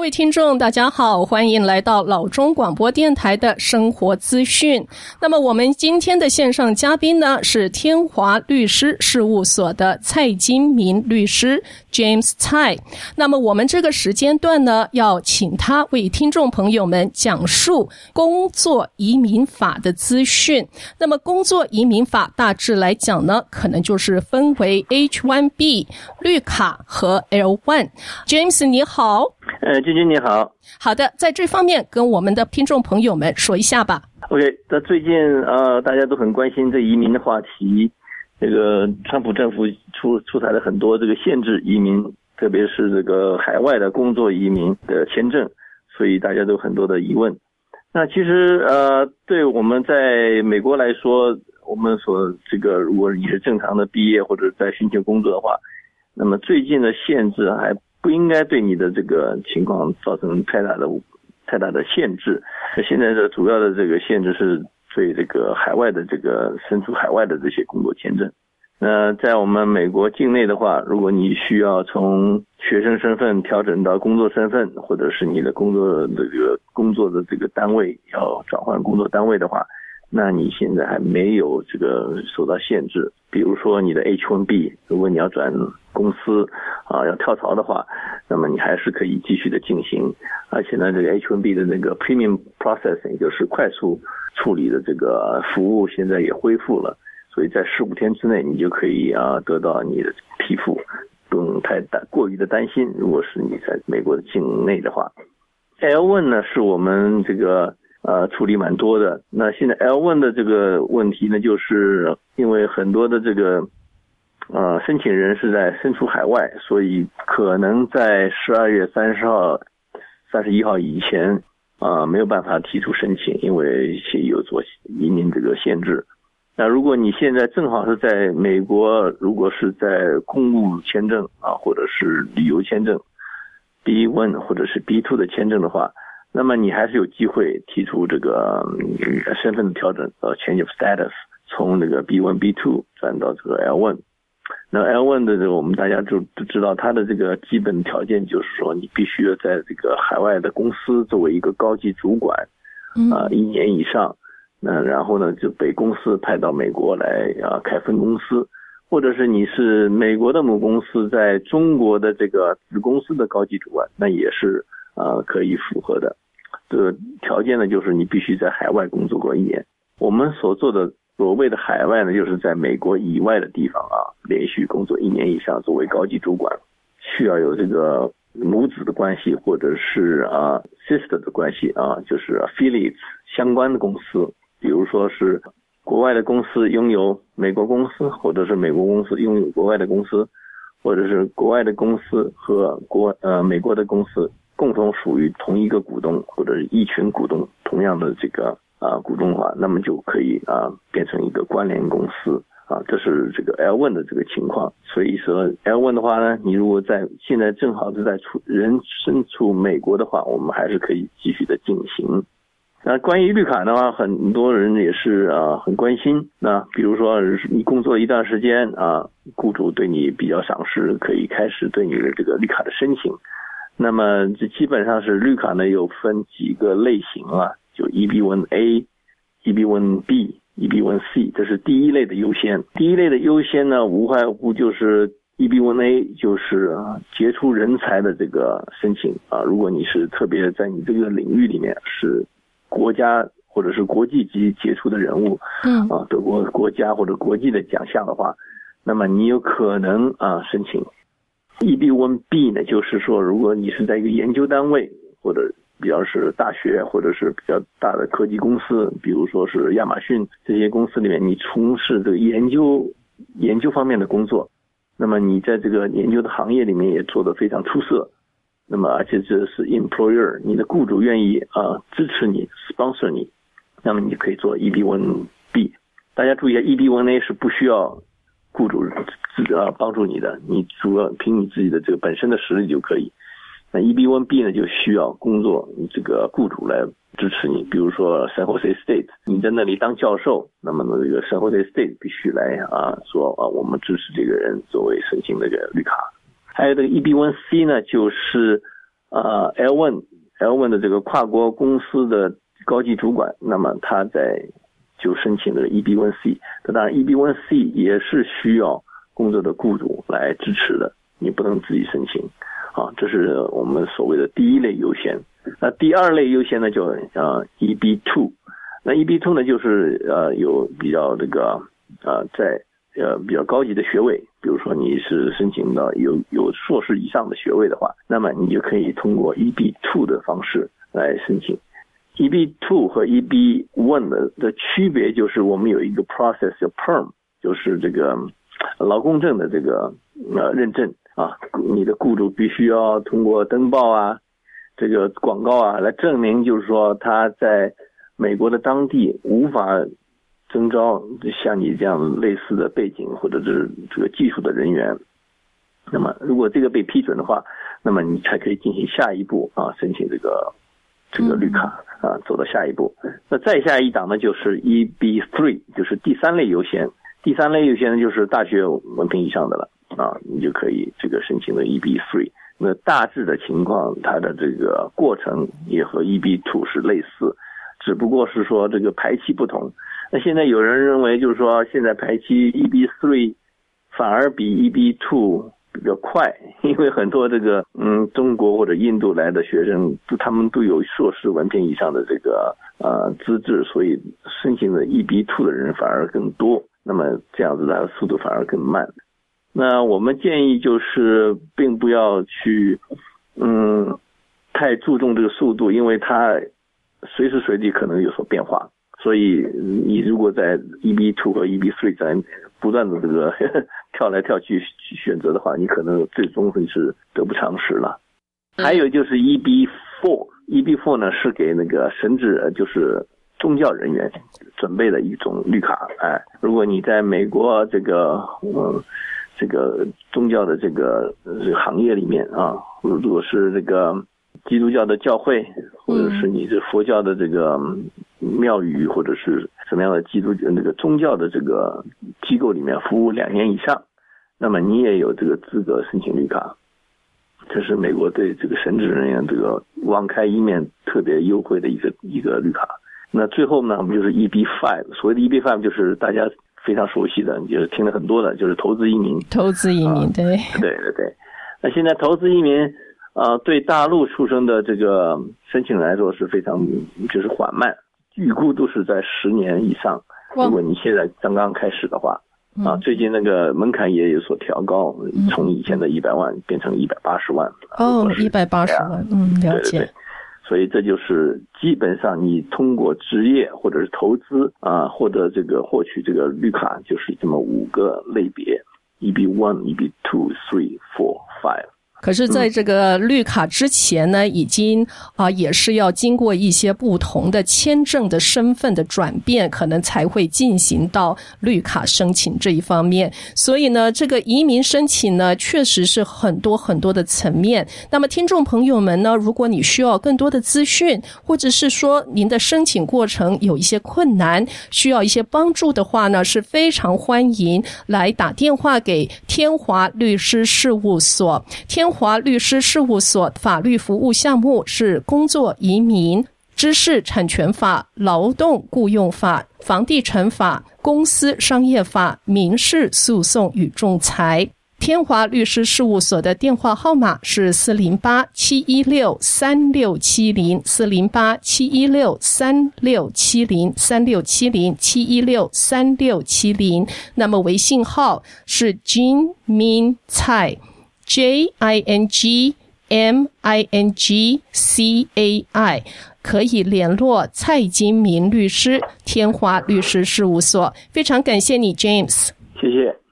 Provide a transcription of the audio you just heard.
位听众大家好，欢迎来到老中广播电台的生活资讯。那么我们今天的线上嘉宾呢是天华律师事务所的蔡金明律师 James 蔡。那么我们这个时间段呢要请他为听众朋友们讲述工作移民法的资讯。那么工作移民法大致来讲呢，可能就是分为 H1B 绿卡和 L1。 James 你好。 君君你好。 好的，在这方面跟我们的听众朋友们说一下吧。 OK， 那最近大家都很关心这移民的话题，这个川普政府出台了很多这个限制移民，特别是这个海外的工作移民的签证，所以大家都有很多的疑问。那其实对我们在美国来说，我们所这个如果你是正常的毕业或者在寻求工作的话，那么最近的限制还不应该对你的这个情况造成太大的限制。现在的主要的这个限制是对这个海外的这个身处海外的这些工作签证。那在我们美国境内的话，如果你需要从学生身份调整到工作身份，或者是你的工作的这个单位要转换工作单位的话，那你现在还没有这个受到限制。比如说你的 H1B， 如果你要转公司要跳槽的话，那么你还是可以继续的进行。而且呢，这个 H1B 的那个 Premium Processing， 也就是快速处理的这个服务，现在也恢复了，所以在15天之内你就可以得到你的批复，不用过于的担心。如果是你在美国的境内的话， L1 呢是我们这个处理蛮多的。那现在 L1 的这个问题呢，就是因为很多的这个申请人是在身处海外，所以可能在12月31号以前没有办法提出申请，因为有做移民这个限制。那如果你现在正好是在美国，如果是在公务签证或者是旅游签证 B1 或者是 B2 的签证的话，那么你还是有机会提出这个身份的调整change of status， 从这个 B1 B2 转到这个 L1。 那 L1 的这个我们大家就知道，它的这个基本条件就是说，你必须要在这个海外的公司作为一个高级主管1年以上，那然后呢就被公司派到美国来开分公司，或者是你是美国的母公司在中国的这个子公司的高级主管，那也是可以符合的。这个条件呢，就是你必须在海外工作过1年。我们所做的所谓的海外呢，就是在美国以外的地方连续工作1年以上，作为高级主管，需要有这个母子的关系，或者是sister 的关系就是 affiliates 相关的公司，比如说是国外的公司拥有美国公司，或者是美国公司拥有国外的公司，或者是国外的公司和美国的公司共同属于同一个股东，或者是一群股东同样的这个股东的话，那么就可以变成一个关联公司这是这个 L1 的这个情况。所以说 L1 的话呢，你如果现在正好是在人身处美国的话，我们还是可以继续的进行。那关于绿卡的话，很多人也是很关心。那比如说你工作一段时间雇主对你比较赏识，可以开始对你的这个绿卡的申请。那么这基本上是绿卡呢有分几个类型就 EB1A、EB1B、EB1C， 这是第一类的优先。第一类的优先呢，无外乎就是 EB1A， 就是杰出人才的这个申请如果你是特别在你这个领域里面是国家或者是国际级杰出的人物得过国家或者国际的奖项的话，那么你有可能申请。EB1B 呢，就是说如果你是在一个研究单位，或者比较是大学，或者是比较大的科技公司，比如说是亚马逊这些公司里面，你从事这个研究方面的工作，那么你在这个研究的行业里面也做得非常出色，那么而且这是 employer， 你的雇主愿意支持你 sponsor 你，那么你可以做 EB1B。 大家注意一下， EB1A 是不需要雇主帮助你的，你主要凭你自己的这个本身的实力就可以。那 EB1B 呢，就需要工作你这个雇主来支持你，比如说 San Jose State， 你在那里当教授，那么这个 San Jose State 必须来说我们支持这个人作为申请那个绿卡。还有这个 EB1C 呢，就是 L1 的这个跨国公司的高级主管，那么他就申请了 EB1C。当然 EB1C 也是需要工作的雇主来支持的，你不能自己申请啊，这是我们所谓的第一类优先。那第二类优先呢，就EB2。那 EB2 呢，就是有比较这个在比较高级的学位，比如说你是申请到有硕士以上的学位的话，那么你就可以通过 EB2 的方式来申请。EB2 和 EB1 的区别就是我们有一个 process 叫 PERM， 就是这个劳工证的这个认证啊，你的雇主必须要通过登报啊、这个广告啊来证明，就是说他在美国的当地无法征召像你这样类似的背景或者是这个技术的人员。那么如果这个被批准的话，那么你才可以进行下一步啊，申请这个绿卡啊，走到下一步。那再下一档呢，就是 EB3， 就是第三类优先。第三类优先呢，就是大学文凭以上的了啊，你就可以这个申请的 EB3。那大致的情况，它的这个过程也和 EB2 是类似，只不过是说这个排期不同。那现在有人认为，就是说现在排期 EB3 反而比 EB2 比较快，因为很多这个中国或者印度来的学生，他们都有硕士文凭以上的这个资质，所以申请的 EB2 的人反而更多，那么这样子的速度反而更慢。那我们建议就是并不要去太注重这个速度，因为它随时随地可能有所变化，所以你如果在 EB2 和 EB3 在不断的这个跳来跳去选择的话，你可能最终会是得不偿失了。还有就是 EB4 呢是给那个神职，就是宗教人员准备的一种绿卡。如果你在美国这个宗教的这个行业里面啊，如果是这个基督教的教会，或者是你是佛教的这个庙宇，或者是什么样的那个宗教的这个机构里面服务2年以上，那么你也有这个资格申请绿卡。这是美国对这个神职人员这个网开一面特别优惠的一个绿卡。那最后呢，我们就是 EB5。所谓的 EB5 就是大家非常熟悉的，就是听了很多的，就是投资移民。 投资移民，对。 对。那现在投资移民对大陆出生的这个申请来说是非常就是缓慢，预估都是在10年以上。如果你现在刚刚开始的话最近那个门槛也有所调高，从以前的100万变成180万。 180万，了解。 对。所以这就是基本上你通过职业或者是投资获取这个绿卡，就是这么5个类别 EB1、EB2、3、4、5。 可是在这个绿卡之前呢，已经也是要经过一些不同的签证的身份的转变，可能才会进行到绿卡申请这一方面。所以呢，这个移民申请呢，确实是很多很多的层面。那么听众朋友们呢，如果你需要更多的资讯，或者是说您的申请过程有一些困难，需要一些帮助的话呢，是非常欢迎来打电话给天华律师事务所。天华律师事务所法律服务项目是工作移民、知识产权法、劳动雇用法、房地产法、公司商业法、民事诉讼与仲裁。天华律师事务所的电话号码是408-716-3670 408-716-3670 那么微信号是 Jingmin Cai JINGMINGCAI， 可以联络蔡金明律师，天华律师事务所。非常感谢你 James。 谢谢。